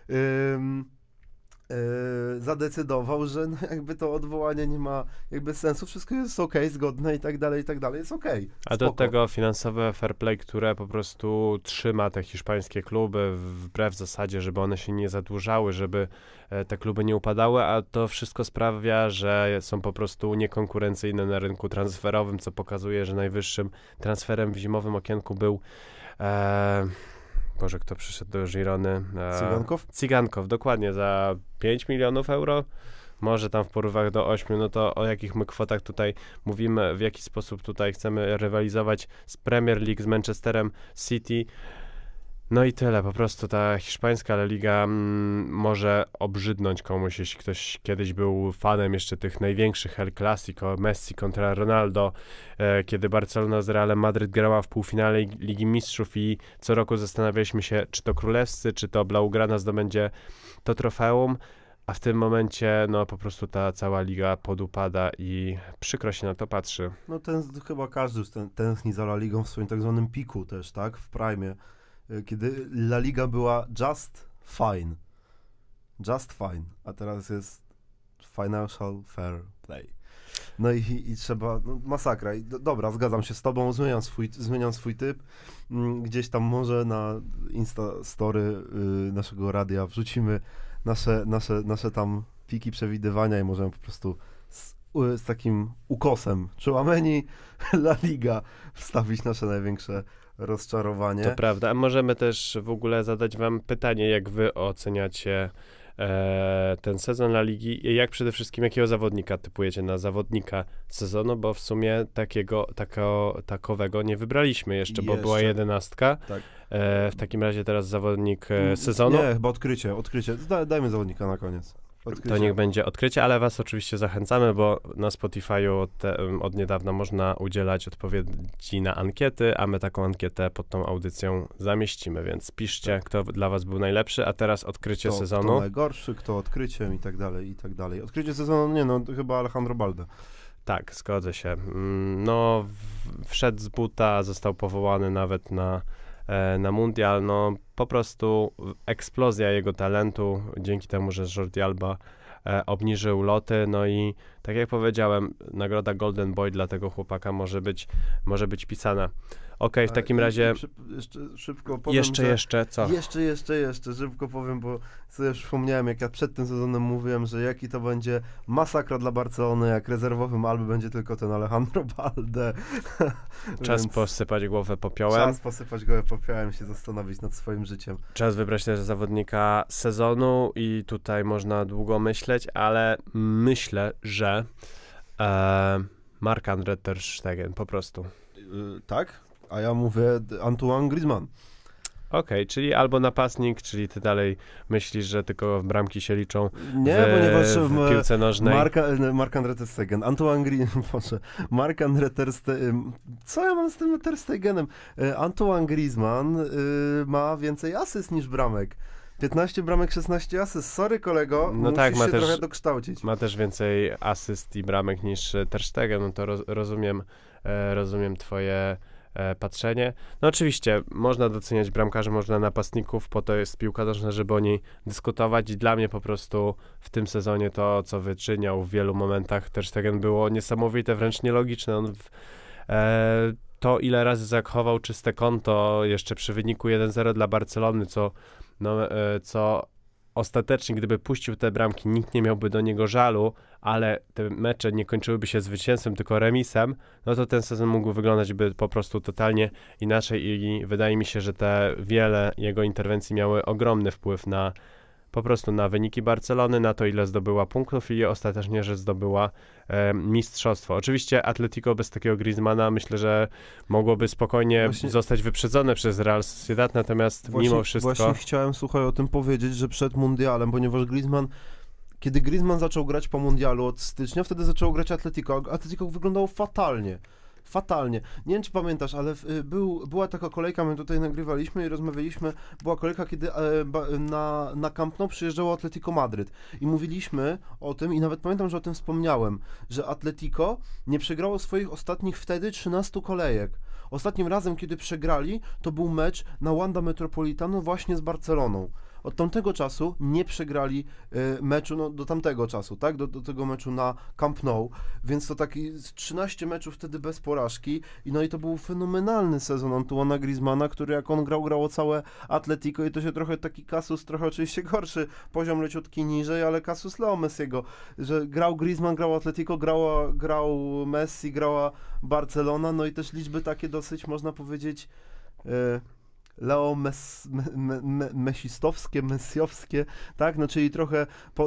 zadecydował, że no jakby to odwołanie nie ma jakby sensu, wszystko jest zgodne i tak dalej, jest okej. A do tego finansowe fair play, które po prostu trzyma te hiszpańskie kluby wbrew zasadzie, żeby one się nie zadłużały, żeby te kluby nie upadały, a to wszystko sprawia, że są po prostu niekonkurencyjne na rynku transferowym, co pokazuje, że najwyższym transferem w zimowym okienku był Boże, kto przyszedł do Girony? Cygankow, dokładnie, za 5 milionów euro. Może tam w porywach do 8, no to o jakich my kwotach tutaj mówimy, w jaki sposób tutaj chcemy rywalizować z Premier League, z Manchesterem City. No i tyle, po prostu ta hiszpańska La Liga może obrzydnąć komuś, jeśli ktoś kiedyś był fanem jeszcze tych największych El Clasico, Messi kontra Ronaldo, kiedy Barcelona z Realem Madryt grała w półfinale Ligi Mistrzów i co roku zastanawialiśmy się, czy to królewscy, czy to Blaugrana zdobędzie to trofeum, a w tym momencie no po prostu ta cała liga podupada i przykro się na to patrzy. No chyba każdy już tęskni za La Ligą w swoim tak zwanym piku też, tak, w prime, kiedy La Liga była just fine, a teraz jest financial fair play. No i trzeba, no, masakra. Dobra, zgadzam się z tobą, zmieniam swój typ. Gdzieś tam może na Instastory naszego radia wrzucimy nasze tam piki przewidywania i możemy po prostu z takim ukosem Chouameni, La Liga wstawić nasze największe rozczarowanie. To prawda, a możemy też w ogóle zadać wam pytanie, jak wy oceniacie ten sezon La Ligi i jak przede wszystkim jakiego zawodnika typujecie na zawodnika sezonu, bo w sumie takowego nie wybraliśmy jeszcze, bo była 11. Tak. W takim razie teraz zawodnik sezonu. Nie, chyba odkrycie. Dajmy zawodnika na koniec. To niech będzie odkrycie, ale was oczywiście zachęcamy, bo na Spotify'u od niedawna można udzielać odpowiedzi na ankiety, a my taką ankietę pod tą audycją zamieścimy, więc piszcie, kto dla was był najlepszy, a teraz odkrycie sezonu. Kto najgorszy, kto odkryciem i tak dalej, i tak dalej. Odkrycie sezonu, nie no, to chyba Alejandro Balde. Tak, zgodzę się. No, wszedł z buta, został powołany nawet na mundial, no po prostu eksplozja jego talentu, dzięki temu, że Jordi Alba obniżył loty, no i tak jak powiedziałem, nagroda Golden Boy dla tego chłopaka może być pisana. Okej, w takim razie... Jeszcze szybko powiem, Jeszcze, co? Jeszcze szybko powiem, bo sobie już przypomniałem, jak ja przed tym sezonem mówiłem, że jaki to będzie masakra dla Barcelony, jak rezerwowym Alby będzie tylko ten Alejandro Balde. Czas posypać głowę popiołem. Czas posypać głowę popiołem i się zastanowić nad swoim życiem. Czas wybrać też zawodnika sezonu i tutaj można długo myśleć, ale myślę, że Marc-André ter Stegen po prostu. Tak? A ja mówię Antoine Griezmann. Okej, czyli albo napastnik, czyli ty dalej myślisz, że tylko bramki się liczą ponieważ w piłce nożnej. Marc-André ter Stegen, Antoine Griezmann, proszę, Marc-André ter Stegen, co ja mam z tym ter Stegenem? Antoine Griezmann ma więcej asyst niż bramek. 15 bramek, 16 asyst. Sorry kolego, no musisz tak, się trochę dokształcić. Ma też więcej asyst i bramek niż ter Stegen, no to rozumiem twoje patrzenie. No oczywiście, można doceniać bramkarzy, można napastników, po to jest piłka nożna, żeby o niej dyskutować i dla mnie po prostu w tym sezonie to, co wyczyniał w wielu momentach ter Stegen było niesamowite, wręcz nielogiczne. To ile razy zachował czyste konto jeszcze przy wyniku 1-0 dla Barcelony, co ostatecznie, gdyby puścił te bramki, nikt nie miałby do niego żalu, ale te mecze nie kończyłyby się zwycięstwem, tylko remisem, no to ten sezon mógł wyglądać po prostu totalnie inaczej i wydaje mi się, że te wiele jego interwencji miały ogromny wpływ po prostu na wyniki Barcelony, na to, ile zdobyła punktów i ostatecznie, że zdobyła mistrzostwo. Oczywiście Atletico bez takiego Griezmana myślę, że mogłoby spokojnie zostać wyprzedzone przez Real Sociedad, natomiast mimo wszystko... Właśnie chciałem, słuchaj, o tym powiedzieć, że przed mundialem, ponieważ kiedy Griezmann zaczął grać po mundialu od stycznia, wtedy zaczął grać Atletico. Atletico wyglądało fatalnie. Nie wiem, czy pamiętasz, ale była taka kolejka, my tutaj nagrywaliśmy i rozmawialiśmy, była kolejka, kiedy na Camp Nou przyjeżdżało Atletico Madryt i mówiliśmy o tym i nawet pamiętam, że o tym wspomniałem, że Atletico nie przegrało swoich ostatnich wtedy 13 kolejek. Ostatnim razem, kiedy przegrali, to był mecz na Wanda Metropolitano właśnie z Barceloną. Od tamtego czasu nie przegrali meczu, no do tamtego czasu, tak? Do tego meczu na Camp Nou, więc to taki 13 meczów wtedy bez porażki i to był fenomenalny sezon Antoine'a Griezmana, który jak on grał całe Atletico i to się trochę taki kasus, trochę oczywiście gorszy, poziom leciutki niżej, ale kasus Leo Messiego, że grał Griezmann, grał Atletico, grał Messi, grała Barcelona, no i też liczby takie dosyć, można powiedzieć, Leo messiowskie, tak? No czyli trochę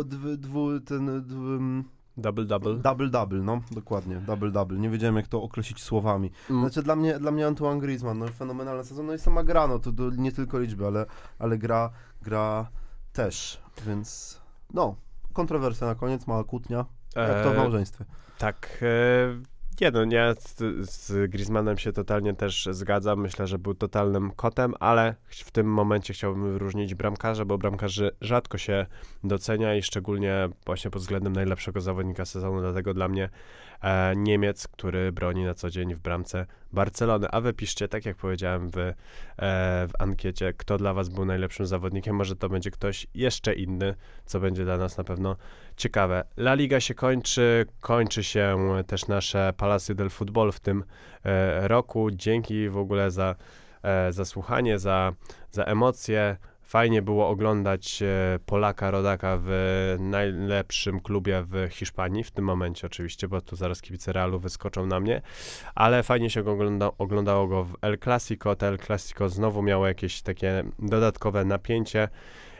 double, no dokładnie, double. Nie wiedziałem, jak to określić słowami. Znaczy dla mnie Antoine Griezmann, no fenomenalny sezon, no i sama gra, no to nie tylko liczby, ale gra też, więc kontrowersja na koniec, mała kłótnia, jak to w małżeństwie. Tak, ja z Griezmannem się totalnie też zgadzam. Myślę, że był totalnym kotem, ale w tym momencie chciałbym wyróżnić bramkarza, bo bramkarzy rzadko się docenia i szczególnie właśnie pod względem najlepszego zawodnika sezonu, dlatego dla mnie Niemiec, który broni na co dzień w bramce Barcelony. A wy piszcie, tak jak powiedziałem w ankiecie, kto dla was był najlepszym zawodnikiem. Może to będzie ktoś jeszcze inny, co będzie dla nas na pewno ciekawe. La Liga się kończy się też nasze Palacio del Fútbol w tym roku. Dzięki w ogóle za słuchanie, za emocje. Fajnie było oglądać Polaka, rodaka w najlepszym klubie w Hiszpanii, w tym momencie oczywiście, bo tu zaraz kibice Realu wyskoczą na mnie, ale fajnie się go oglądało go w El Clasico. To El Clasico znowu miało jakieś takie dodatkowe napięcie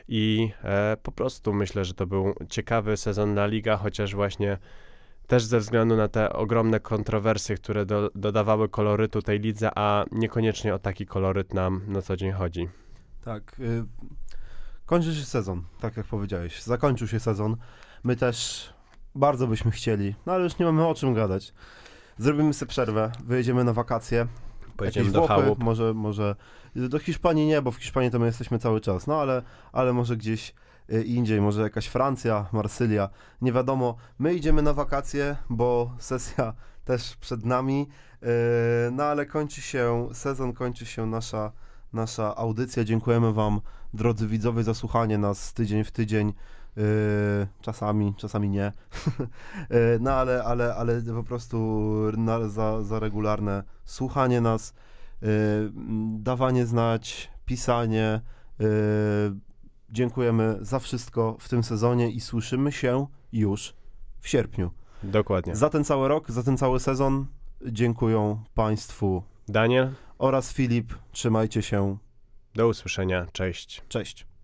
i po prostu myślę, że to był ciekawy sezon La Liga, chociaż właśnie też ze względu na te ogromne kontrowersje, które dodawały kolorytu tej lidze, a niekoniecznie o taki koloryt nam na co dzień chodzi. Tak, kończy się sezon, tak jak powiedziałeś. Zakończył się sezon. My też bardzo byśmy chcieli, no ale już nie mamy o czym gadać. Zrobimy sobie przerwę, wyjedziemy na wakacje. Pojedziemy Jakieś do Włochy, chałup. może do Hiszpanii nie, bo w Hiszpanii to my jesteśmy cały czas, no ale może gdzieś indziej, może jakaś Francja, Marsylia, nie wiadomo. My idziemy na wakacje, bo sesja też przed nami, no ale kończy się sezon, kończy się nasza audycja. Dziękujemy wam, drodzy widzowie, za słuchanie nas tydzień w tydzień. Czasami nie. No ale po prostu za regularne słuchanie nas, dawanie znać, pisanie. Dziękujemy za wszystko w tym sezonie i słyszymy się już w sierpniu. Dokładnie. Za ten cały rok, za ten cały sezon dziękuję Państwu Daniel, oraz Filip. Trzymajcie się. do usłyszenia, cześć. Cześć.